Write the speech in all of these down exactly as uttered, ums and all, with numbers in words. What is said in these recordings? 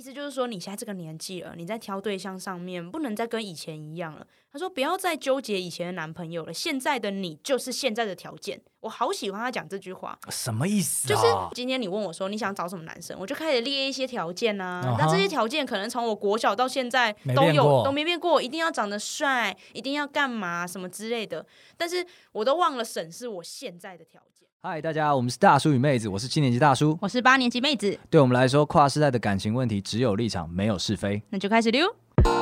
思就是说你现在这个年纪了，你在挑对象上面不能再跟以前一样了。他说不要再纠结以前的男朋友了，现在的你就是现在的条件。我好喜欢他讲这句话。 什么意思啊？ 就是今天你问我说你想找什么男生，我就开始列一些条件啊。 uh-huh. 那这些条件可能从我国小到现在都有，都没变过，一定要长得帅，一定要干嘛什么之类的。但是我都忘了审视我现在的条件。 嗨，大家，我们是大叔与妹子，我是七年级大叔， 我是八年级妹子。 对我们来说，跨世代的感情问题只有立场，没有是非。 那就开始溜。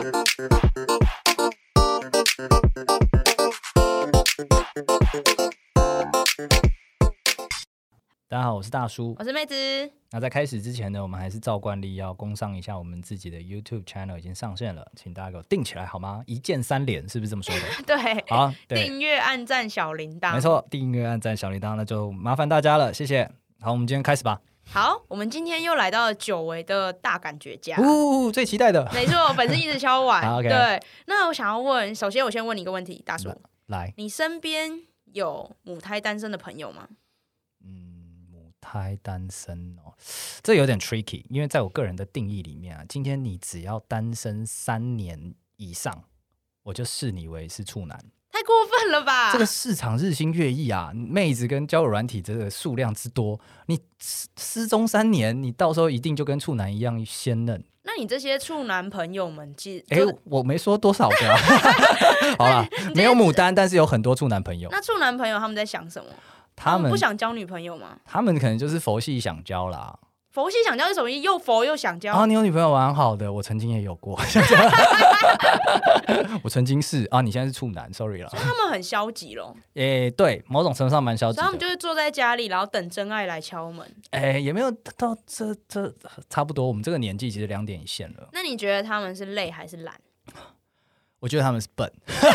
大家好，我是大叔， 我是妹子。 那在开始之前呢，我们还是照惯例要工商一下我们自己的 YouTube channel 已经上线了，请大家给我订起来好吗？一键三连，是不是这么说的？ 对， 好， 订阅、按赞、小铃铛， 没错，订阅、按赞、小铃铛，那就麻烦大家了，谢谢。好，我们今天开始吧。 好，我们今天又来到了久违的大感觉家， 呜，最期待的， 没错，粉丝一直敲碗。 okay. 对，那我想要问，首先我先问你一个问题，大叔， 来， 你身边有母胎单身的朋友吗？ 嗯，母胎单身哦，这有点 tricky， 因为在我个人的定义里面啊，今天你只要单身三年以上，我就视你为是处男。 太过分了吧！ 这个市场日新月异啊，妹子跟交友软体这个数量之多，你失踪三年，你到时候一定就跟处男一样鲜嫩。 那你这些处男朋友们， 哎、欸，我没说多少个啊。好啦，没有牡丹，但是有很多处男朋友。 那处男朋友他们在想什么？ 他们不想交女朋友吗？ 他们可能就是佛系想交啦。 佛系想交是什么意思？又佛又想交啊？你有女朋友蛮好的，我曾经也有过。我曾经是啊，你现在是处男 ，sorry 啦。 所以他们很消极咯。 诶、欸，对，某种程度上蛮消极的。 所以他们就是坐在家里，然后等真爱来敲门。 诶、欸，也没有到这这差不多，我们这个年纪其实两点一线了。 那你觉得他们是累还是懒？ 我觉得他们是笨，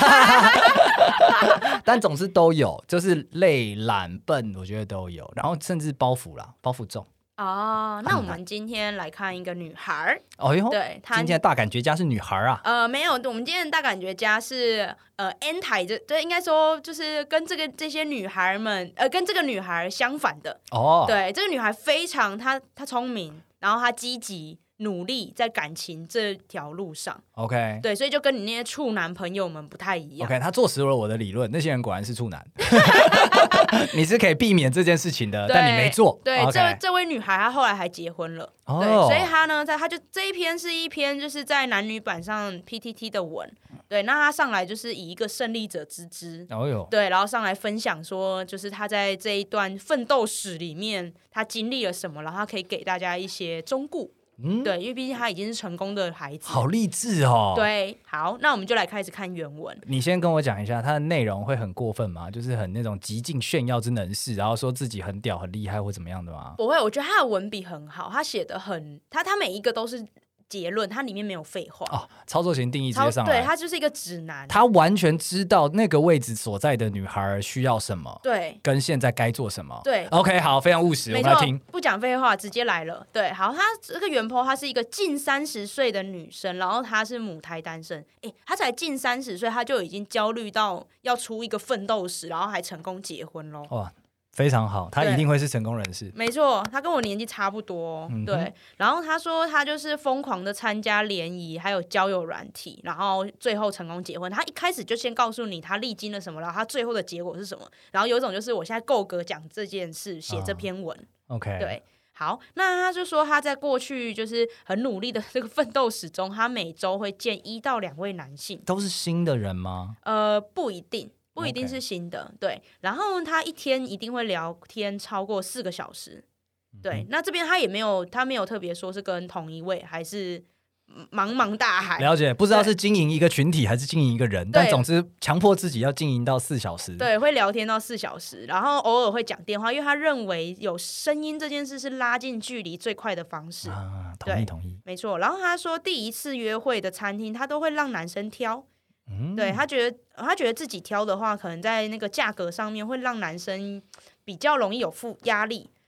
但总是都有，就是累、懒、笨，我觉得都有。然后甚至包袱啦，包袱重。 哦，那我们今天来看一个女孩。 哦哟， 对， 今天的大感觉家是女孩啊。 呃，没有，我们今天的大感觉家是呃 anti， 这对应该说就是跟这个这些女孩们，呃，跟这个女孩相反的。 哦， 对，这个女孩非常她她聪明，然后她积极努力在感情这条路上。 OK， 对，所以就跟你那些处男朋友们不太一样。 OK， 他坐实了我的理论，那些人果然是处男。你是可以避免这件事情的，但你没做。 对， okay. 这这位女孩她后来还结婚了。 哦、 对，所以她呢，在她就这一篇是一篇就是在男女版上 P T T 的文。对，那她上来就是以一个胜利者之姿。 哦哟， 对，然后上来分享说，就是她在这一段奋斗史里面，她经历了什么，然后她可以给大家一些忠告。嗯，对，因为毕竟他已经是成功的孩子， 好励志哦。 对，好，那我们就来开始看原文。 你先跟我讲一下，它的内容会很过分吗？就是很那种极尽炫耀之能事，然后说自己很屌、很厉害或怎么样的吗？ 不会，我觉得他的文笔很好，他写的很，他他每一个都是结论，它里面没有废话哦。操作型定义直接上来， 对，他就是一个指南， 他完全知道那个位置所在的女孩需要什么， 对， 跟现在该做什么。 对 ，OK， 好，非常务实，我们来听。 不讲废话，直接来了。对，好，她这个原 po 她是一个近三十岁的女生，然后她是母胎单身。哎，她才近三十岁，她就已经焦虑到要出一个奋斗史，然后还成功结婚咯。 哇，非常好，他一定会是成功人士。 没错，他跟我年纪差不多、嗯、对。然后他说他就是疯狂的参加联谊还有交友软体，然后最后成功结婚。他一开始就先告诉你他历经了什么，然后他最后的结果是什么。然后有一种就是我现在够格讲这件事，写这篇文、 哦、OK， 对。好，那他就说他在过去就是很努力的这个奋斗史中，他每周会见一到两位男性。 都是新的人吗？ 呃，不一定。不一定是新的， okay. 对。然后他一天一定会聊天超过四个小时，对。嗯、那这边他也没有，他没有特别说是跟同一位还是茫茫大海。 了解，不知道是经营一个群体还是经营一个人，但总之强迫自己要经营到四小时。 对，会聊天到四小时，然后偶尔会讲电话，因为他认为有声音这件事是拉近距离最快的方式。 啊，同意同意， 没错。然后他说，第一次约会的餐厅，他都会让男生挑。嗯、对他觉得，他觉得自己挑的话，可能在那个价格上面会让男生比较容易有负压力，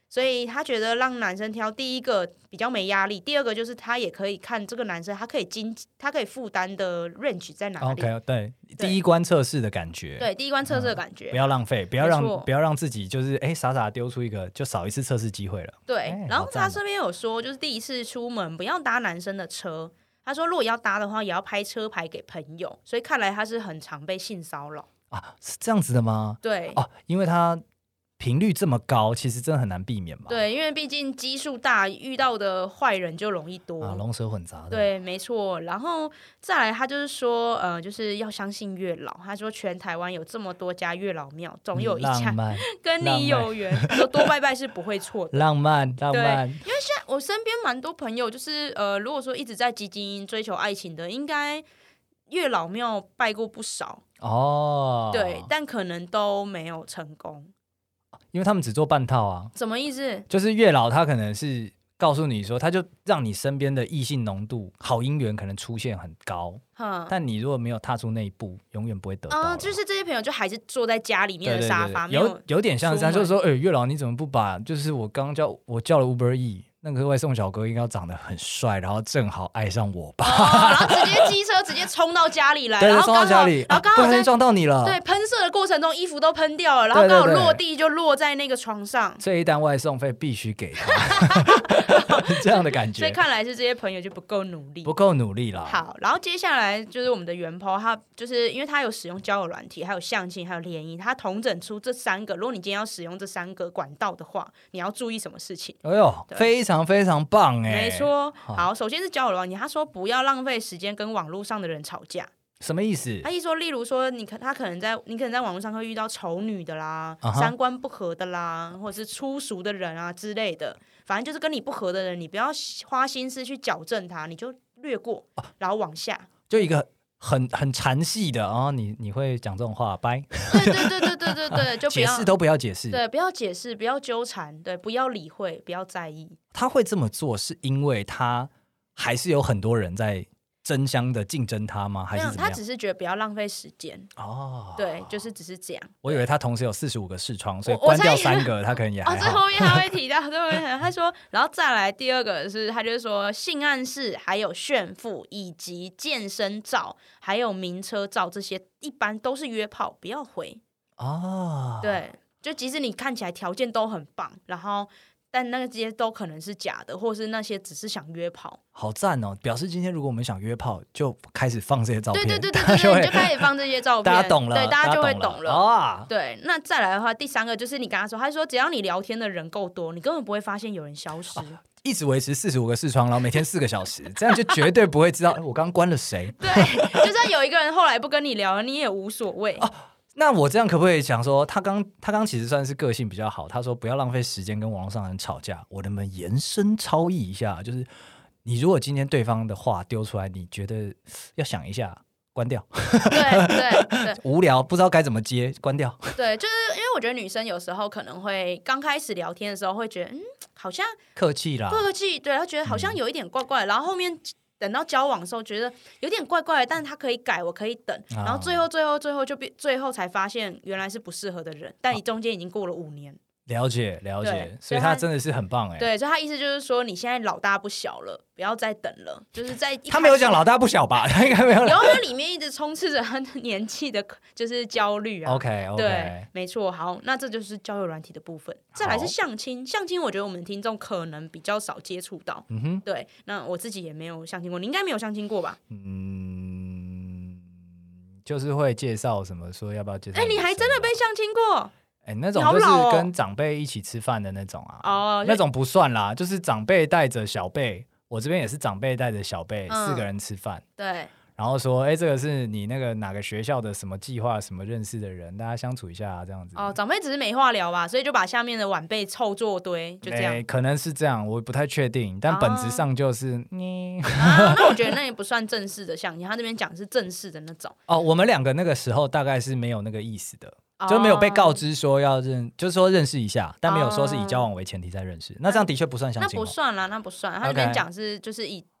所以他觉得让男生挑第一个比较没压力，第二个就是他也可以看这个男生他可以经他可以负担的 range 在哪里。 OK 对，第一关测试的感觉， 对，第一关测试的感觉、 嗯、不要浪费，不要让不要让自己就是哎傻傻丢出一个就少一次测试机会了。 对，然后他这边有说就是第一次出门不要搭男生的车，他说如果要搭的话也要拍车牌给朋友，所以看来他是很常被性骚扰啊，是这样子的吗？ 对哦，因为他频率这么高，其实真的很难避免嘛。 对，因为毕竟基数大，遇到的坏人就容易多啊，龙蛇混杂的。 对，没错。然后再来，他就是说，呃，就是要相信月老。他说，全台湾有这么多家月老庙，总有一家跟你有缘。他说，多拜拜是不会错的。 浪漫，浪漫。 因为现在我身边蛮多朋友，就是呃，如果说一直在积极追求爱情的，应该月老庙拜过不少哦。 对，但可能都没有成功。 因为他们只做半套啊。 什么意思？ 就是月老他可能是告诉你说，他就让你身边的异性浓度好姻缘可能出现很高，但你如果没有踏出那一步永远不会得到、 呃、就是这些朋友就还是坐在家里面的沙发。 对对对对，有有点像是他就是说，哎、欸，月老你怎么不把就是我刚叫我叫了 Uber E那个外送小哥应该长得很帅，然后正好爱上我吧、 哦、然后直接机车直接冲到家里来， 对， 然后冲到家里， 然后刚好、啊、不小心撞到你了， 对，喷射的过程中衣服都喷掉了，然后刚好落地就落在那个床上， 这一单外送费必须给他这样的感觉。 所以看来是这些朋友就不够努力， 不够努力啦。 好，然后接下来就是我们的原 po， 他就是因为他有使用交友软体，还有相亲，还有联谊，他统整出这三个，如果你今天要使用这三个管道的话，你要注意什么事情。 哎呦，非常非常棒。 没错，好，首先是交友软体，他说不要浪费时间跟网络上的人吵架。 什么意思？ 他一说，例如说你他可能在你可能在网络上会遇到丑女的啦、uh-huh. 三观不合的啦，或者是粗俗的人啊之类的，反正就是跟你不合的人，你不要花心思去矫正他，你就略过，然后往下。 就一个很很缠戏的啊、哦，你你会讲这种话，拜。 对对对对对对对，就不要解释都不要解释， 对，不要解释，不要纠缠，对，不要理会，不要在意。 他会这么做，是因为他还是有很多人在争相的竞争他吗？还是怎么样？ 他只是觉得不要浪费时间哦。 对，就是只是这样。 我以为他同时有四十五个视窗，所以关掉三个，他可能也还好。 哦，最后面他会提到，最后面他说，然后再来第二个是，他就是说性暗示、还有炫富以及健身照、还有名车照这些，一般都是约炮，不要回哦。对，就即使你看起来条件都很棒，然后。但那些都可能是假的，或是那些只是想约炮。 好赞哦！表示今天如果我们想约炮，就开始放这些照片。 对对对对对，你就开始放这些照片， 大家懂了， 对，大家就会懂了。 哦、 对，那再来的话，第三个就是你刚刚说，他说只要你聊天的人够多，你根本不会发现有人消失。哦、 一直维持四十五个视窗，然后每天四个小时，这样就绝对不会知道我刚刚关了谁。 对，就算有一个人后来不跟你聊，你也无所谓。 哦，那我这样可不可以讲说，他刚他刚其实算是个性比较好，他说不要浪费时间跟网络上的人吵架。我能不能延伸超译一下，就是你如果今天对方的话丢出来，你觉得要想一下，关掉。 对对对， 无聊不知道该怎么接，关掉。 对，就是因为我觉得女生有时候可能会刚开始聊天的时候会觉得，嗯，好像客气啦， 客气，对，她觉得好像有一点怪怪的，嗯、然后后面。等到交往的时候觉得有点怪怪的，但是他可以改，我可以等，然后最后最后最后就最后才发现原来是不适合的人，但你中间已经过了五年。了解了解，所以他真的是很棒哎。 对，所以他意思就是说，你现在老大不小了，不要再等了，就是在他没有讲老大不小吧？他应该没有。 然后他里面一直充斥着他的年纪的，就是焦虑啊。 OK OK， 对，没错。好，那这就是交友软体的部分。再来是相亲，相亲我觉得我们听众可能比较少接触到。嗯哼，对。那我自己也没有相亲过，你应该没有相亲过吧？ 嗯，就是会介绍什么说要不要介绍？ 哎，你还真的被相亲过？ 欸、那种就是跟长辈一起吃饭的那种啊， 哦， 那种不算啦，就是长辈带着小辈，我这边也是长辈带着小辈、嗯、四个人吃饭， 对， 然后说，哎、欸，这个是你那个哪个学校的什么计划，什么认识的人，大家相处一下、啊、这样子。 哦，长辈只是没话聊吧，所以就把下面的晚辈凑作堆，就这样、欸。 可能是这样，我不太确定，但本质上就是你、 哦啊。那我觉得那也不算正式的相亲，他这边讲是正式的那种。 哦，我们两个那个时候大概是没有那个意思的。就没有被告知说要认，就是说认识一下，但没有说是以交往为前提再认识。那这样的确不算相亲、哦。 那不算啦，那不算。他这边讲是就是以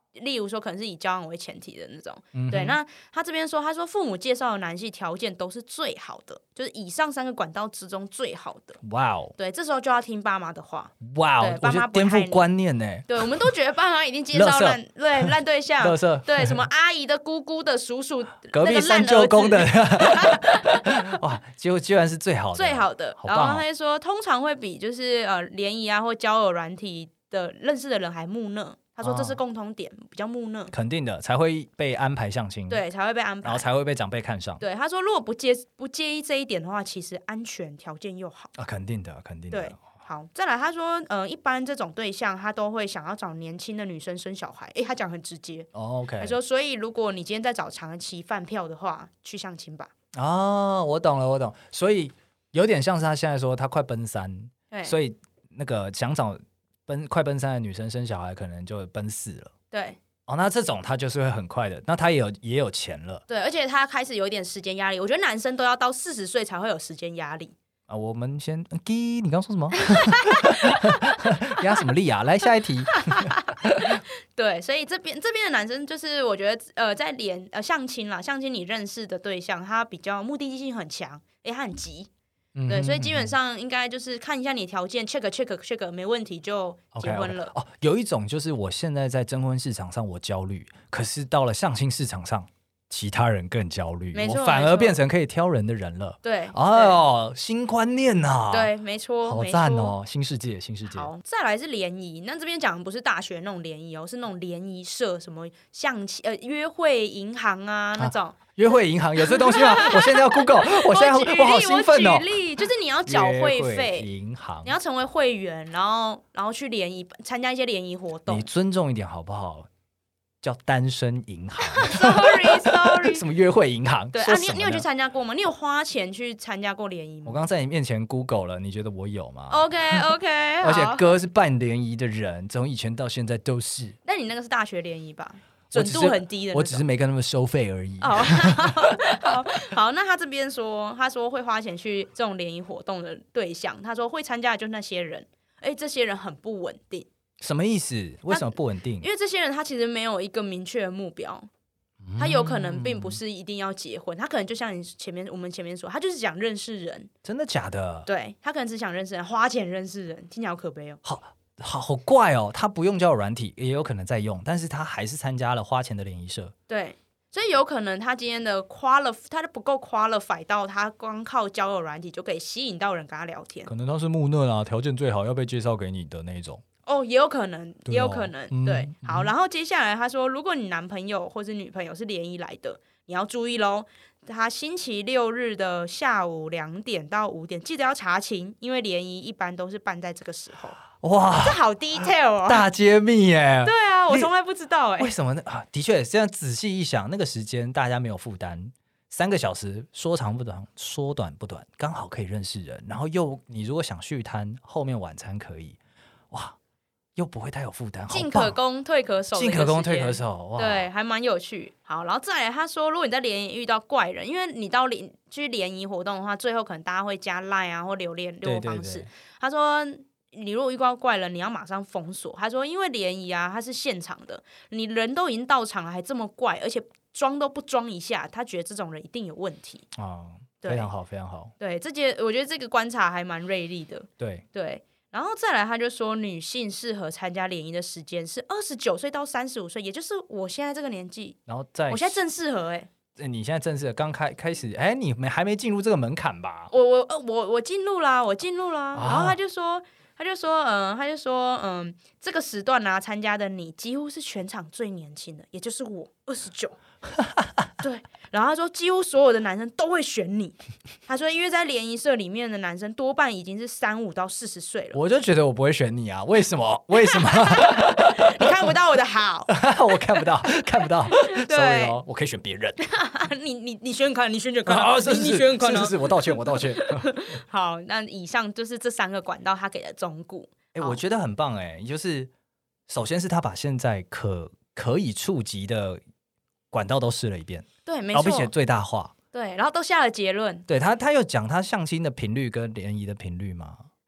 例如说可能是以交往为前提的那种。 嗯、 对，那他这边说，他说父母介绍的男性条件都是最好的，就是以上三个管道之中最好的。 哇哦， 对，这时候就要听爸妈的话。 哇哦，我觉得颠覆观念呢。 对，我们都觉得爸妈一定介绍烂对烂对象，对什么阿姨的、姑姑的、叔叔、 隔壁三舅公的，哇，结果居然是最好的， 最好的。 好然后他就说，通常会比就是呃联谊啊或交友软体的认识的人还木讷。他说这是共同点，哦、比较木讷， 肯定的，才会被安排相亲， 对，才会被安排， 然后才会被长辈看上。 对，他说如果不介不介意这一点的话，其实安全条件又好啊，肯定的，肯定的。 对，好，再来，他说，呃，一般这种对象他都会想要找年轻的女生生小孩，哎，他讲很直接。 哦 OK， 他说，所以如果你今天在找长期饭票的话，去相亲吧。 哦，我懂了，我懂，所以有点像是他现在说他快奔三，所以那个想找奔快奔三的女生生小孩，可能就奔四了。 对， 哦，那这种他就是会很快的，那他也有也有钱了。 对，而且他开始有一点时间压力。我觉得男生都要到四十岁才会有时间压力。 啊，我们先，你刚刚说什么？压什么力啊？来下一题。 对，所以这边这边的男生就是我觉得呃，在连呃相亲啦，相亲你认识的对象，他比较目的性很强，哎，他很急。对，所以基本上应该就是看一下你条件 check check check 没问题就结婚了。 okay, okay. 哦，有一种就是我现在在征婚市场上我焦虑，可是到了相亲市场上其他人更焦虑，我反而变成可以挑人的人了。 对， 哦，新观念啊， 对，没错， 好赞哦，新世界，新世界。 好，再来是联谊，那这边讲的不是大学那种联谊哦，是那种联谊社，什么相亲呃约会银行啊那种。啊， 约会银行有这东西吗？我现在要 Google， 我现在我好兴奋哦。 我举例就是你要缴会费， 银行你要成为会员，然后然后去联谊参加一些联谊活动。 你尊重一点好不好？叫单身银行。 sorry sorry， 什么约会银行？ 对啊，你你有去参加过吗？你有花钱去参加过联谊吗？ 我刚刚在你面前 Google 了，你觉得我有吗 ？OK OK， 而且哥是办联谊的人，从以前到现在都是。 但你那个是大学联谊吧？准度很低的， 我只是没跟他们收费而已。 哦，好好，那他这边说，他说会花钱去这种联谊活动的对象，他说会参加的就那些人，哎，这些人很不稳定。 什么意思？为什么不稳定？ 因为这些人他其实没有一个明确的目标，他有可能并不是一定要结婚，他可能就像你前面我们前面说，他就是想认识人。 真的假的？ 对，他可能只想认识人，花钱认识人，听起来好可悲哦。 好。好好怪哦，他不用交友软体，也有可能在用，但是他还是参加了花钱的联谊社。 对，所以有可能他今天的 qualify， 他不够 qualify 到他光靠交友软体就可以吸引到人跟他聊天。 可能他是木讷啊，条件最好要被介绍给你的那一种。 哦，也有可能，也有可能， 嗯、 对。好，然后接下来他说，如果你男朋友或是女朋友是联谊来的，你要注意咯，他星期六日的下午两点到五点，记得要查勤，因为联谊一般都是办在这个时候。哇，这好 detail 哦， 大揭秘耶！ 对啊，我从来不知道哎， 为什么呢？啊，的确，这样仔细一想，那个时间大家没有负担，三个小时说长不长，说短不短，刚好可以认识人，然后又你如果想续摊，后面晚餐可以，哇，又不会太有负担， 进可攻退可守， 进可攻退可守，哇， 对，还蛮有趣。好，然后再来，他说，如果你在联谊遇到怪人，因为你到联去联谊活动的话，最后可能大家会加 LINE 啊或留联络方式，他说。你如果遇到怪人，你要马上封锁。他说，因为联谊啊，它是现场的，你人都已经到场了，还这么怪，而且装都不装一下，他觉得这种人一定有问题。 哦，非常好，非常好。 对，这些我觉得这个观察还蛮锐利的。 对对，然后再来，他就说，女性适合参加联谊的时间是二十九岁到三十五岁，也就是我现在这个年纪。 然后再， 我现在正适合哎、 欸。你现在正式刚开开始，哎，你还没进入这个门槛吧？ 我我我我进入啦，我进入啦。啊、然后他就说。他就说，嗯，他就说，嗯，这个时段啊，参加的你几乎是全场最年轻的，也就是我二十九，对。然后他说，几乎所有的男生都会选你。他说，因为在联谊社里面的男生多半已经是三五到四十岁了。 我就觉得我不会选你啊，为什么？为什么？ 你看不到我的好， 我看不到，看不到。 对哦，我可以选别人。 你你你选选看，你选选看， 啊，是是你选看， 是是是，我道歉，我道歉。 好，那以上就是这三个管道他给的忠告。 哎、欸，我觉得很棒哎、欸，就是首先是他把现在可可以触及的管道都试了一遍， 对，没错， 并且最大化， 对，然后都下了结论。 对他，他有讲他相亲的频率跟联谊的频率吗？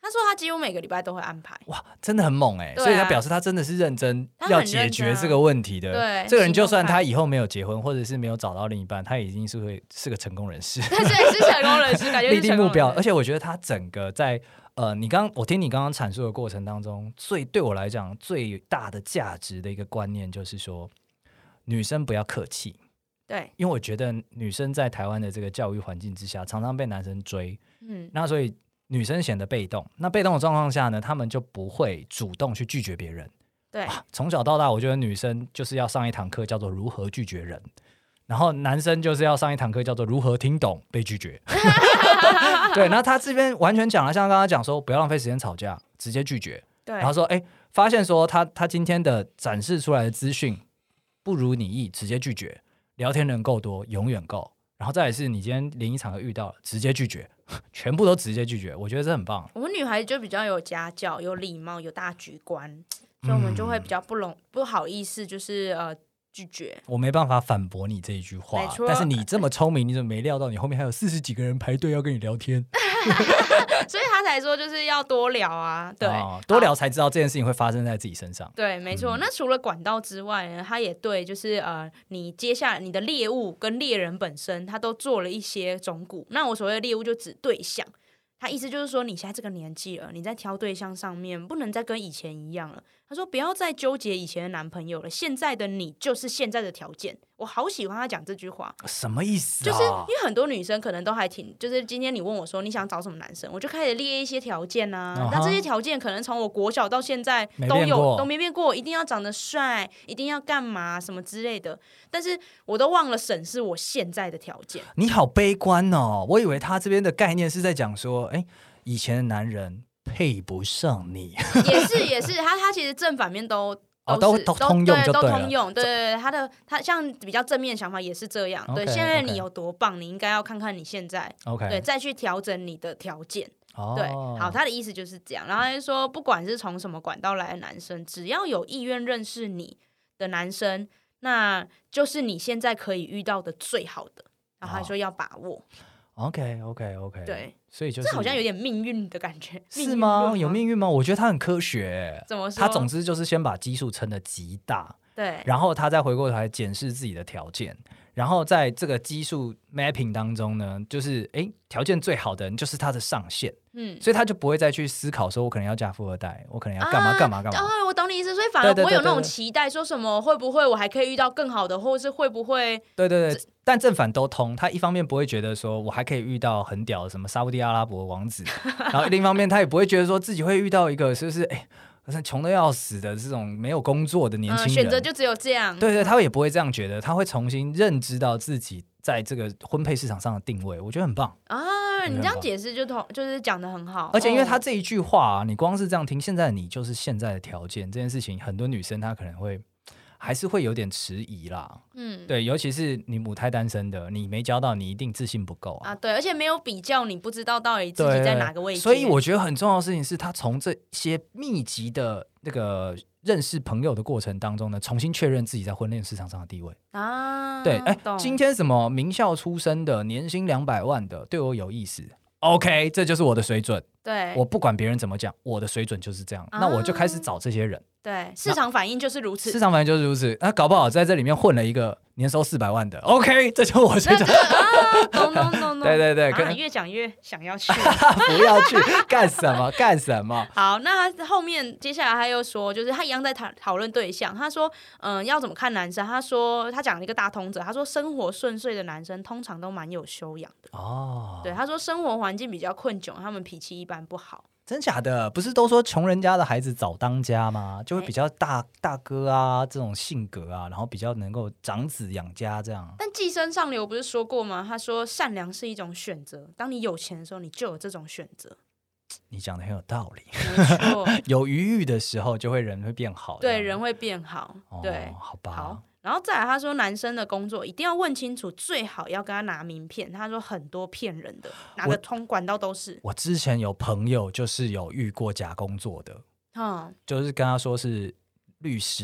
他说他几乎每个礼拜都会安排。 哇，真的很猛哎、欸啊！所以他表示他真的是认真要解决这个问题的。 对， 这个人就算他以后没有结婚，或者是没有找到另一半，他已经是会是个成功人士。 对，是成功人士，感觉是成功人士立定目标。而且我觉得他整个在呃，你刚我听你刚刚阐述的过程当中，最对我来讲最大的价值的一个观念就是说，女生不要客气。 对， 因为我觉得女生在台湾的这个教育环境之下，常常被男生追，嗯，那所以女生显得被动。那被动的状况下呢，他们就不会主动去拒绝别人。 对， 从小到大，我觉得女生就是要上一堂课叫做如何拒绝人，然后男生就是要上一堂课叫做如何听懂被拒绝。对，那他这边完全讲了，像刚刚讲说，不要浪费时间吵架，直接拒绝。 对， 然后说，哎，发现说他他今天的展示出来的资讯不如你意，直接拒绝。聊天人够多，永远够。然后再来是你今天联谊场合遇到，直接拒绝，全部都直接拒绝，我觉得这很棒。 我们女孩子就比较有家教、有礼貌、有大局观，所以我们就会比较不容不好意思，就是呃拒绝。 我没办法反驳你这一句话，但是你这么聪明，你怎么没料到你后面还有四十几个人排队要跟你聊天？ 所以他才说就是要多聊啊，对、哦， 多聊才知道这件事情会发生在自己身上。 对，没错、嗯。那除了管道之外呢，他也对就是呃，你接下来你的猎物跟猎人本身，他都做了一些忠告。那我所谓的猎物就指对象。他意思就是说，你现在这个年纪了，你在挑对象上面不能再跟以前一样了。他说不要再纠结以前的男朋友了，现在的你就是现在的条件。我好喜欢他讲这句话， 什么意思、啊？ 就是因为很多女生可能都还挺，就是今天你问我说你想找什么男生，我就开始列一些条件啊。Uh-huh. 那这些条件可能从我国小到现在都有都没变过，一定要长得帅，一定要干嘛什么之类的。但是我都忘了审视我现在的条件。 你好悲观哦，我以为他这边的概念是在讲说，哎，以前的男人配不上你。 也是也是，他他其实正反面都。 哦、都, 都通用就对了， 都通用，对对对，他的他像比较正面的想法也是这样， okay, 对，现在你有多棒， okay. 你应该要看看你现在， okay. 对，再去调整你的条件， 哦、 对，好，他的意思就是这样，然后他就说，不管是从什么管道来的男生，只要有意愿认识你的男生，那就是你现在可以遇到的最好的，然后他说要把握。 OK OK OK， 对， 所以就是这好像有点命运的感觉， 是吗？有命运吗？我觉得他很科学。 怎么说？ 他总之就是先把基数撑得极大， 对， 然后他再回过头来检视自己的条件，然后在这个基数 mapping 当中呢，就是哎，条件最好的人就是他的上限，嗯，所以他就不会再去思考说我可能要嫁富二代，我可能要干嘛干嘛干嘛。 哦、啊，我懂你意思，所以反而不会有那种期待，说什么会不会我还可以遇到更好的，或者是会不会？ 对对对。但正反都通，他一方面不会觉得说我还可以遇到很屌的什么沙烏地阿拉伯王子，然后另一方面他也不会觉得说自己会遇到一个是不是哎，穷得要死的这种没有工作的年轻人， 嗯、选择就只有这样。 对对，他也不会这样觉得，他会重新认知到自己在这个婚配市场上的定位，我觉得很棒啊！你这样解释就同就是讲得很好， 而且因为他这一句话、啊，你光是这样听，现在的你就是现在的条件这件事情，很多女生她可能会。还是会有点迟疑啦，嗯，对，尤其是你母胎单身的，你没交到，你一定自信不够 啊, 啊，对，而且没有比较，你不知道到底自己在哪个位置。 所以我觉得很重要的事情是，他从这些密集的那个认识朋友的过程当中呢，重新确认自己在婚恋市场上的地位啊。对，哎，今天什么名校出身的，年薪两百万的，对我有意思。OK， 这就是我的水准。 对， 我不管别人怎么讲，我的水准就是这样、啊。那我就开始找这些人。 对，市场反应就是如此。 市场反应就是如此。那搞不好在这里面混了一个年收四百万的 ，OK， 这就是我水准。 啊，懂懂懂懂。 对对对， 啊、越讲越想要去。 不要去干什么？干什么？ 好，那他后面接下来他又说，就是他一样在讨讨论对象。他说，嗯，要怎么看男生？他说他讲了一个大通则，他说生活顺遂的男生通常都蛮有修养的。哦。对，他说生活环境比较困窘，他们脾气一般不好。 真假的？不是都说穷人家的孩子早当家吗？就会比较大大哥啊这种性格啊，然后比较能够长子养家这样。 但寄生上流不是说过吗？他说善良是一种选择，当你有钱的时候，你就有这种选择。 你讲的很有道理， 没错。 有余裕的时候，就会人会变好。 对，人会变好。哦、对， 好吧。 好。然后再来，他说男生的工作一定要问清楚，最好要跟他拿名片。他说很多骗人的，哪个通管道都是。 我之前有朋友就是有遇过假工作的，嗯，就是跟他说是律师，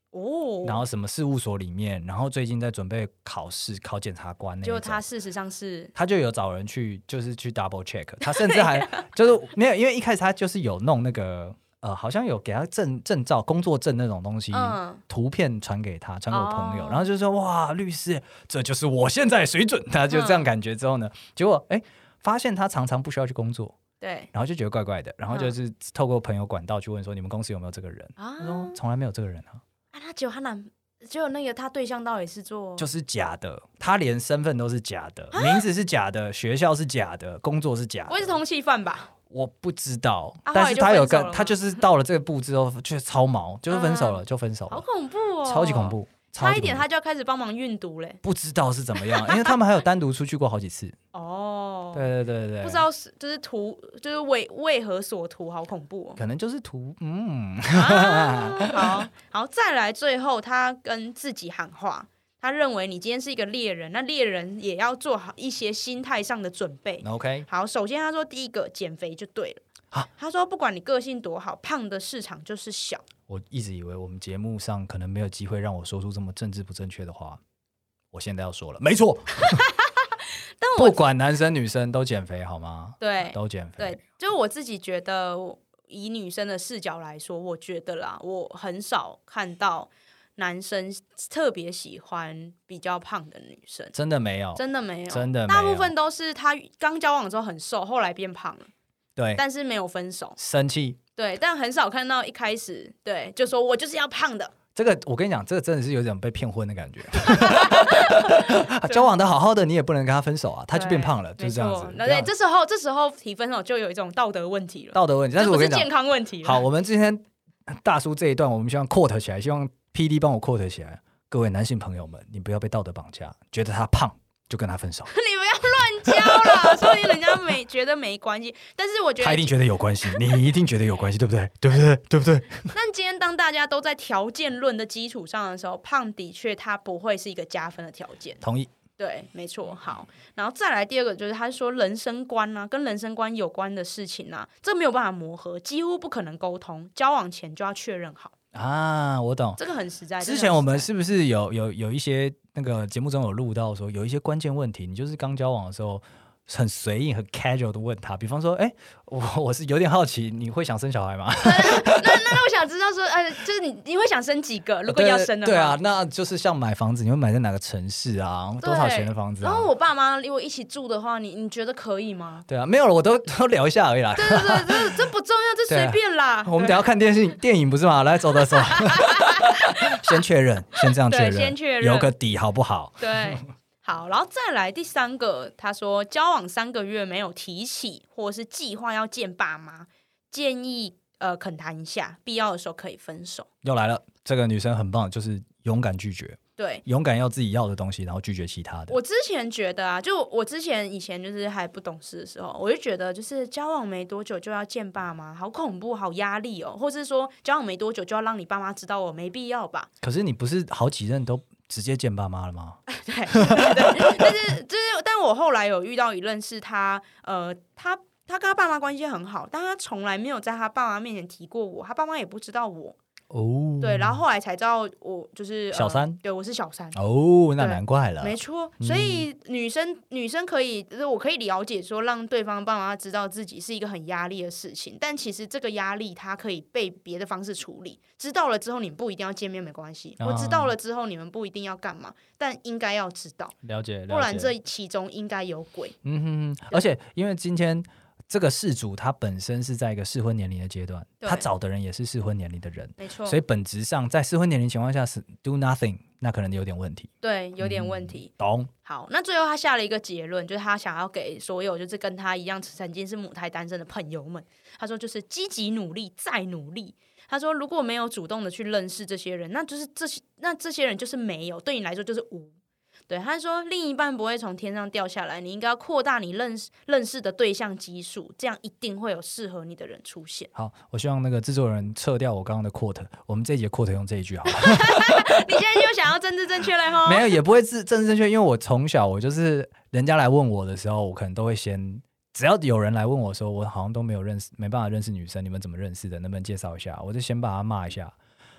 哦， 然后什么事务所里面，然后最近在准备考试考检察官那一种， 就他事实上是他就有找人去就是去 double check， 他甚至还就是没有，因为一开始他就是有弄那个呃，好像有给他证证照工作证那种东西，嗯、图片传给他传给我朋友，哦、然后就说哇律师这就是我现在的水准，他就这样感觉之后呢，嗯、结果哎发现他常常不需要去工作。 对， 然后就觉得怪怪的，然后就是透过朋友管道去问说，你们公司有没有这个人？啊、他说从来没有这个人啊。 啊，他结果他男，结果那个他对象到底是做， 就是假的，他连身份都是假的，名字是假的，学校是假的，工作是假的。 不会是通缉犯吧？ 我不知道， 啊、 但是他有个，他就是到了这个步之后，却超毛，就是分手了，啊、就分手了， 好恐怖哦， 超级恐怖。 差一点他就要开始帮忙运毒嘞， 不知道是怎么样，因为他们还有单独出去过好几次。 哦， 对对对对， 不知道是就是图就是为为何所图，好恐怖哦。 可能就是图，嗯， 啊、好好再来，最后他跟自己喊话，他认为你今天是一个猎人，那猎人也要做好一些心态上的准备。 OK， 好，首先他说第一个减肥就对了。他说不管你个性多好，胖的市场就是小。 我一直以为我们节目上可能没有机会让我说出这么政治不正确的话，我现在要说了，没错。但我不管男生女生都减肥好吗？ 对， 都减肥。 对，就我自己觉得，以女生的视角来说，我觉得啦，我很少看到男生特别喜欢比较胖的女生。 真的没有， 真的没有， 真的没有， 大部分都是他刚交往之后很瘦，后来变胖了。 对， 但是没有分手， 生气。 对，但很少看到一开始对就说我就是要胖的。 这个我跟你讲，这个真的是有点被骗婚的感觉。交往的好好的，你也不能跟他分手啊，他就变胖了，就是这样子。 对，这时候这时候提分手就有一种道德问题了， 道德问题。但是我跟你讲， 这不是健康问题了。 好，我们今天大叔这一段，我们希望 quote 起来，希望 P D 帮我 quote 起来。各位男性朋友们，你不要被道德绑架，觉得他胖就跟他分手。 你不要乱交了，所以人家没觉得没关系，但是我觉得他一定觉得有关系，你一定觉得有关系，对不对？对不对？对不对？ 但今天当大家都在条件论的基础上的时候，胖的确它不会是一个加分的条件。 同意。 对，没错。好，然后再来第二个就是他说人生观啊，跟人生观有关的事情啊，这没有办法磨合，几乎不可能沟通，交往前就要确认好。 啊，我懂， 这个很实在。 之前我们是不是有有有一些那个节目中有录到说，有一些关键问题，你就是刚交往的时候很随意、很 casual 的问他，比方说，哎，我我是有点好奇，你会想生小孩吗？ 那那那我想知道说，呃，就是你你会想生几个？如果要生的话， 对啊，那就是像买房子，你会买在哪个城市啊？多少钱的房子啊？ 然后我爸妈如果一起住的话，你你觉得可以吗？ 对啊，没有了，我都都聊一下而已啦。 对对对，这这不重要，这随便啦。 我们等一下看电视电影不是吗？来，走的走。先确认，先这样确认， 先确认， 有个底好不好？ 对。好，然后再来第三个，他说交往三个月没有提起或是计划要见爸妈，建议呃恳谈一下，必要的时候可以分手。 又来了，这个女生很棒，就是勇敢拒绝， 对， 勇敢要自己要的东西，然后拒绝其他的。 我之前觉得啊，就我之前以前就是还不懂事的时候，我就觉得就是交往没多久就要见爸妈，好恐怖，好压力哦，或是说交往没多久就要让你爸妈知道我，没必要吧？ 可是你不是好几任都直接见爸妈了吗？ 对对，但是就是，但我后来有遇到一任是他，呃，他他跟他爸妈关系很好，但他从来没有在他爸妈面前提过我，他爸妈也不知道我。哦，对，然后后来才知道我就是小三， 呃、对，我是小三。 哦，那难怪了。 没错，所以女生、嗯、女生可以，就是我可以了解说，让对方爸妈知道自己是一个很压力的事情，但其实这个压力它可以被别的方式处理。知道了之后，你不一定要见面没关系，我、哦、知道了之后，你们不一定要干嘛，但应该要知道， 了解，了解， 不然这其中应该有鬼。 嗯哼，而且因为今天。这个事主他本身是在一个适婚年龄的阶段，他找的人也是适婚年龄的人， 没错。 所以本质上在适婚年龄情况下是 do nothing， 那可能有点问题。 对，有点问题。 嗯、懂。 好，那最后他下了一个结论，就是他想要给所有就是跟他一样曾经是母胎单身的朋友们，他说就是积极努力再努力。他说如果没有主动的去认识这些人，那就是这些那这些人就是没有，对你来说就是无。对，他说另一半不会从天上掉下来，你应该要扩大你认识认识的对象基数，这样一定会有适合你的人出现。 好，我希望那个制作人撤掉我刚刚的 quote， 我们这一节 quote 用这一句好了。 你现在就想要政治正确了齁？ 没有，也不会政治正确，因为我从小我就是人家来问我的时候，我可能都会先，只要有人来问我说我好像都没有认识，没办法认识女生，你们怎么认识的？能不能介绍一下？我就先把他骂一下。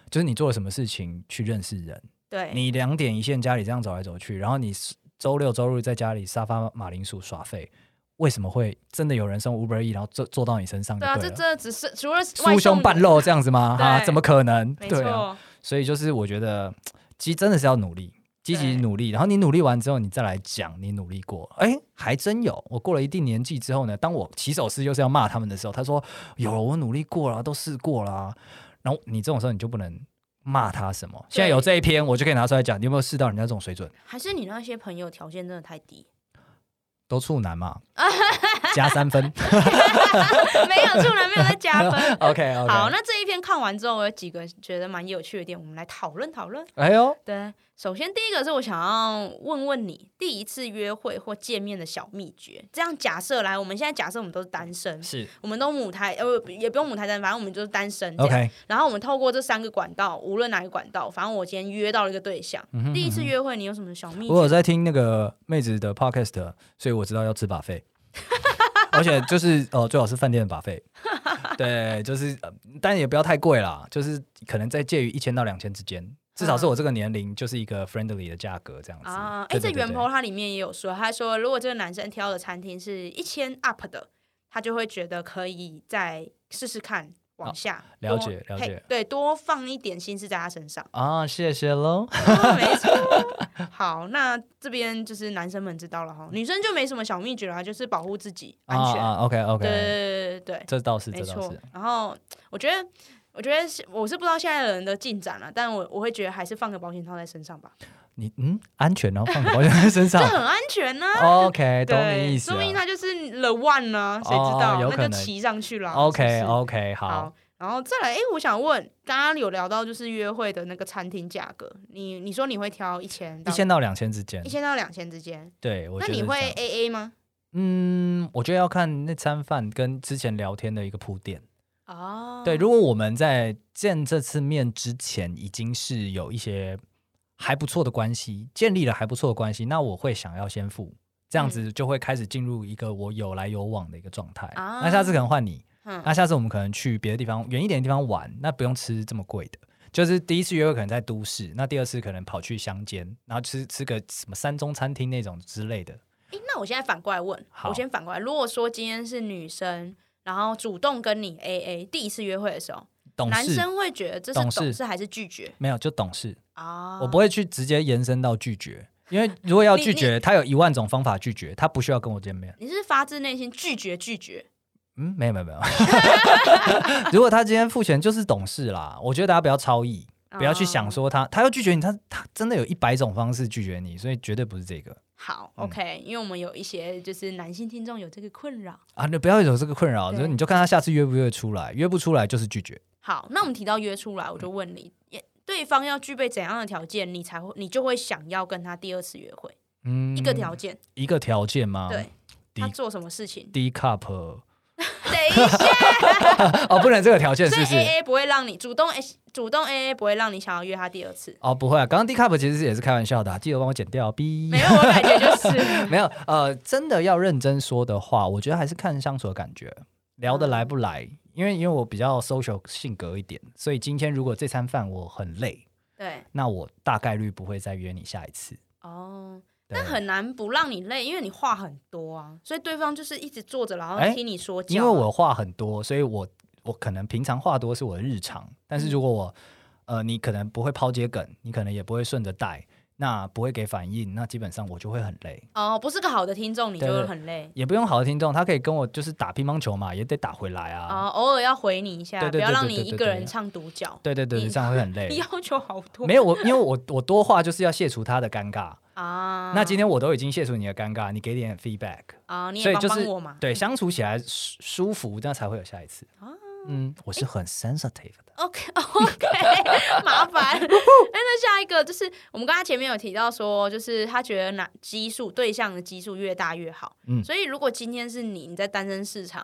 就是你做了什么事情去认识人。 对， 你两点一线家里这样走来走去，然后你周六周日在家里沙发马铃薯耍废，为什么会真的有人送 Uber E 然后坐坐到你身上就对了？ 对啊，这这只是除了酥胸半肉这样子吗？哈，怎么可能？ 没错、 啊，所以就是我觉得其实真的是要努力，积极努力，然后你努力完之后你再来讲你努力过。哎，还真有，我过了一定年纪之后呢，当我起手式又是要骂他们的时候，他说有，我努力过了，都试过了。然后你这种时候你就不能骂他什么，现在有这一篇我就可以拿出来讲，你有没有试到人家这种水准？ 还是你那些朋友条件真的太低？ 都处男嘛，加三分。 没有处男没有在加分。 OK OK。 好，那这一篇看完之后，我有几个觉得蛮有趣的点，我们来讨论讨论。 哎呦， 对，首先第一个是我想要问问你第一次约会或见面的小秘诀。这样假设来，我们现在假设我们都是单身，是，我们都母胎呃也不用母胎单，反正我们就是单身这样。OK。然后我们透过这三个管道，无论哪个管道，反正我今天约到了一个对象，嗯哼嗯哼，第一次约会你有什么小秘诀？ 我有在听那个妹子的 podcast， 所以我知道要吃 buffet。而且就是呃，最好是饭店的 buffet， 对，就是、呃，但也不要太贵啦，就是可能在介于一千到两千之间，至少是我这个年龄就是一个 friendly 的价格这样子啊。 哎，这原 po 它里面也有说，他说如果这个男生挑的餐厅是一千 up 的，他就会觉得可以再试试看。往下、 哦、了解了解， 对，多放一点心思在他身上啊，谢谢喽、 哦。没错。好，那这边就是男生们知道了哈，女生就没什么小秘诀啦，就是保护自己安全。 啊啊、OK OK， 对对对对， 这倒是没错。 这然后我觉得，我觉得我是不知道现在的人的进展了，但我我会觉得还是放个保险套在身上吧。 你嗯，安全然后放个保险套在身上， 这很安全呢、 啊。OK， 懂你意思、啊。 说明他就是 the one 呢、啊，谁知道？哦、那就骑上去了。 OK 是是 OK， 好。 好，然后再来，哎，我想问，刚刚有聊到就是约会的那个餐厅价格，你你说你会挑一千， 一千到两千之间， 一千到两千之间。 对，我觉得那你会 A A 吗？ 嗯，我觉得要看那餐饭跟之前聊天的一个铺垫。 哦， 对，如果我们在见这次面之前已经是有一些还不错的关系，建立了还不错的关系，那我会想要先付，这样子就会开始进入一个我有来有往的一个状态、嗯。那下次可能换你、嗯，那下次我们可能去别的地方，远一点的地方玩，那不用吃这么贵的。就是第一次约会可能在都市，那第二次可能跑去乡间，然后吃吃个什么山中餐厅那种之类的。 欸、那我现在反过来问，我先反过来，如果说今天是女生，然后主动跟你 A A， 第一次约会的时候，男生会觉得这是懂事还是拒绝？ 没有，就懂事啊、哦， 我不会去直接延伸到拒绝，因为如果要拒绝，他有一万种方法拒绝，他不需要跟我见面。 你是发自内心拒绝拒绝？ 嗯，没有没有没有。如果他今天付钱，就是懂事啦。我觉得大家不要超意。不要去想说他他要拒绝你，他他真的有一百种方式拒绝你，所以绝对不是这个。 好 ，OK，、嗯、因为我们有一些就是男性听众有这个困扰啊，你不要有这个困扰，就是你就看他下次约不约出来，约不出来就是拒绝。 好，那我们提到约出来，我就问你，嗯、对方要具备怎样的条件，你才会你就会想要跟他第二次约会？嗯，一个条件， 一个条件吗？ 对，他做什么事情？ 第一 cup。 等一下， 哦，不能这个条件是不是？ 所以 A A 不会让你主动 A 主动 A A 不会让你想要约他第二次哦，不会啊。刚刚 D cup 其实也是开玩笑的、啊，记得帮我剪掉 B。 没有，我感觉就是没有。呃，真的要认真说的话，我觉得还是看相处的感觉，聊得来不来。嗯、因为因为我比较 social 性格一点，所以今天如果这餐饭我很累， 对， 那我大概率不会再约你下一次。 哦。但很难不让你累，因为你话很多啊，所以对方就是一直坐着，然后听你说教、啊欸。 因为我话很多，所以我我可能平常话多是我的日常，但是如果我、嗯、呃你可能不会抛接梗，你可能也不会顺着带，那不会给反应，那基本上我就会很累。 哦，不是个好的听众，你就会很累。 也不用好的听众，他可以跟我就是打乒乓球嘛，也得打回来啊。 哦，偶尔要回你一下，对对对对对对对，不要让你一个人唱独角。 对对对对，这样会很累。 你要求好多。 没有我，因为我我多话就是要卸除他的尴尬。 啊， 那今天我都已经卸除你的尴尬，你给点 feedback 啊，你也帮帮我嘛， 对，相处起来舒服，那才会有下一次。啊、嗯，我是很 sensitive 的。 OK OK， 麻烦。那下一个就是我们刚才前面有提到说，就是他觉得哪基数对象的基数越大越好。嗯，所以如果今天是你你在单身市场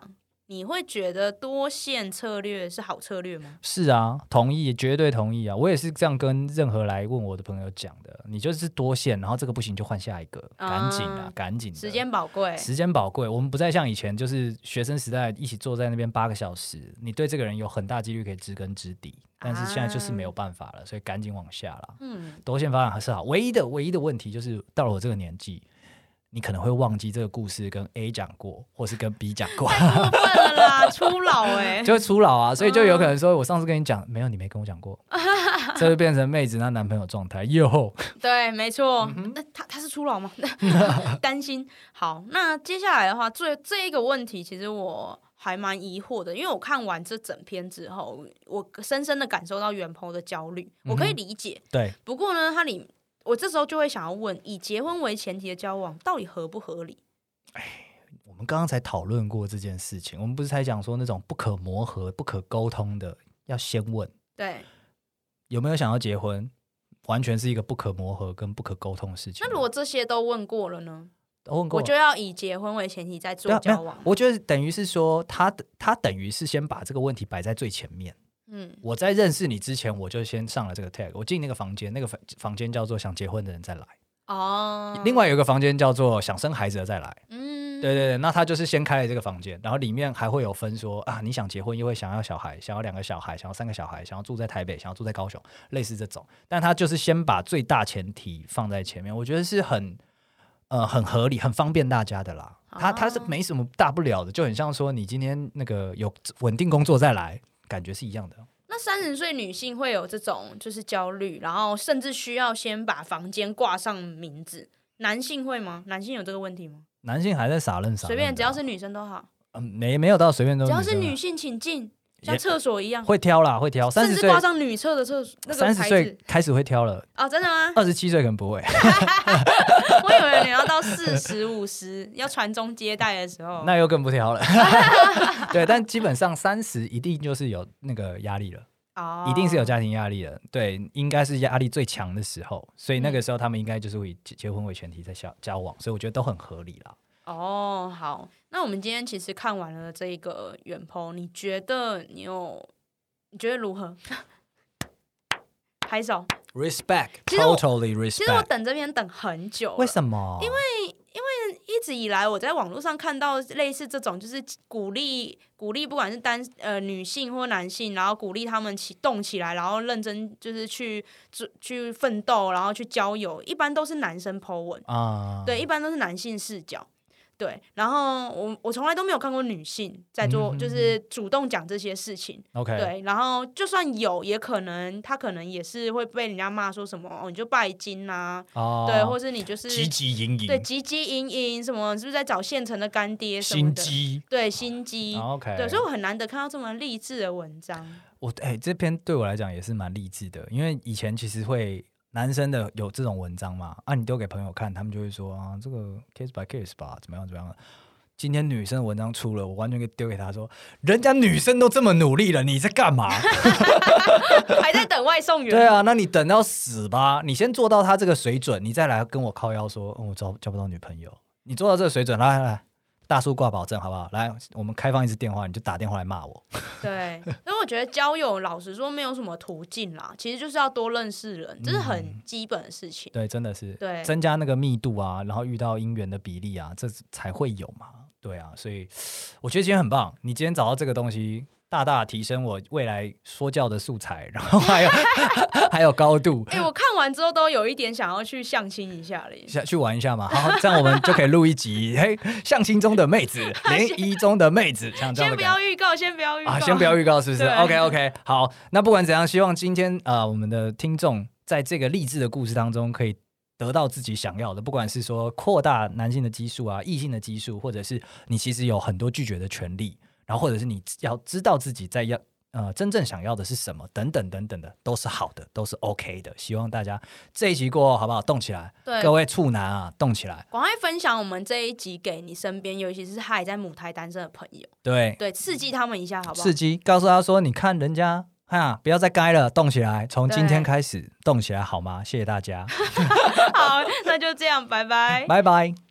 你会觉得多线策略是好策略吗？ 是啊，同意，绝对同意啊！我也是这样跟任何来问我的朋友讲的。你就是多线，然后这个不行就换下一个，赶紧啊，赶紧！ 时间宝贵， 时间宝贵。我们不再像以前，就是学生时代一起坐在那边八个小时，你对这个人有很大几率可以知根知底。但是现在就是没有办法了，所以赶紧往下啦。嗯，多线发展还是好。唯一的唯一的问题就是到了我这个年纪。你可能会忘记这个故事跟 A 讲过，或是跟 B 讲过， 太过分了啦，初老哎、欸， 就会初老啊，所以就有可能说，我上次跟你讲，没有，你没跟我讲过，这就变成妹子那男朋友状态哟。 对，没错，嗯、他他是初老吗？担心。好，那接下来的话，这这一个问题，其实我还蛮疑惑的，因为我看完这整篇之后，我深深的感受到原 po 的焦虑，我可以理解。 嗯、对， 不过呢，它里。我这时候就会想要问，以结婚为前提的交往到底合不合理？ 哎，我们刚刚才讨论过这件事情，我们不是才讲说那种不可磨合、不可沟通的，要先问。 对， 有没有想要结婚？完全是一个不可磨合跟不可沟通的事情。 那如果这些都问过了呢？ 都问过了， 我就要以结婚为前提再做交往。 我觉得等于是说，他他等于是先把这个问题摆在最前面。嗯，我在认识你之前，我就先上了这个 tag。我进那个房间，那个房间叫做想结婚的人再来。哦。另外有一个房间叫做想生孩子的再来。嗯，对对对，那他就是先开了这个房间，然后里面还会有分说啊，你想结婚，又会想要小孩，想要两个小孩，想要三个小孩，想要住在台北，想要住在高雄，类似这种。但他就是先把最大前提放在前面，我觉得是很呃很合理、很方便大家的啦。他他是没什么大不了的，就很像说你今天那个有稳定工作再来。感觉是一样的。 那三十岁女性会有这种就是焦虑，然后甚至需要先把房间挂上名字。男性会吗？男性有这个问题吗？ 男性还在傻愣傻愣， 随便只要是女生都好。 嗯，没没有到随便都是只要是女性请进，像厕所一样会挑啦，会挑。 甚至挂上女厕的厕所那个牌子。三十岁开始会挑了哦，真的吗？ 二十七岁可能不会。 我以为你要到四十五十要传宗接代的时候， 那又更不挑了。对，但基本上三十一定就是有那个压力了。哦，一定是有家庭压力的。对，应该是压力最强的时候，所以那个时候他们应该就是会以结婚为前提在交往，所以我觉得都很合理啦。 哦，好，那我们今天其实看完了这个原 po， 你觉得你有你觉得如何？拍手 ，respect， totally respect。 其实我等这篇等很久了， 为什么？ 因为因为一直以来我在网络上看到类似这种，就是鼓励鼓励，不管是单呃女性或男性，然后鼓励他们起动起来，然后认真就是去去奋斗，然后去交友，一般都是男生 po 文啊，对，一般都是男性视角。对，然后我我从来都没有看过女性在做，嗯、就是主动讲这些事情。 OK， 对，然后就算有，也可能他可能也是会被人家骂说什么哦，你就拜金啊，哦、对，或是你就是汲汲营营， 对，汲汲营营什么，是不是在找现成的干爹什么的？ 心机， 对，心机。 哦、OK， 对，所以我很难得看到这么励志的文章。 我哎、欸，这篇对我来讲也是蛮励志的，因为以前其实会。男生的有这种文章嘛？啊，你丢给朋友看，他们就会说啊，这个 case by case 吧，怎么样怎么样的。今天女生的文章出了，我完全可以丢给他说，人家女生都这么努力了，你在干嘛？ 还在等外送员？ 对啊，那你等到死吧！你先做到他这个水准，你再来跟我靠腰说，嗯、我交交不到女朋友。你做到这个水准，来来来。大叔挂保证好不好？来，我们开放一支电话，你就打电话来骂我。 对，所以我觉得交友老实说没有什么途径啦，其实就是要多认识人，这是很基本的事情。 嗯、对，真的是， 对， 增加那个密度啊，然后遇到姻缘的比例啊，这才会有嘛。对啊，所以我觉得今天很棒，你今天找到这个东西。大大提升我未来说教的素材，然后还有还有高度。 哎、欸，我看完之后都有一点想要去相亲一下了， 去玩一下嘛。好，这样我们就可以录一集。嘿，相亲中的妹子，联谊中的妹子，像这样的。 先不要预告，先不要预告， 啊，先不要预告，是不是 ？OK OK， 好。那不管怎样，希望今天呃我们的听众在这个励志的故事当中可以。得到自己想要的，不管是说扩大男性的基数啊，异性的基数，或者是你其实有很多拒绝的权利，然后或者是你要知道自己在要呃真正想要的是什么，等等等等的，都是好的，都是 OK 的。希望大家这一集过后好不好？动起来，各位处男啊，动起来！ 赶快分享我们这一集给你身边，尤其是还在母胎单身的朋友， 对对，刺激他们一下，好不好？ 刺激，告诉他说，你看人家。哈，不要再该了，动起来！从今天开始动起来，好吗？谢谢大家。 好，那就这样，拜拜， 拜拜。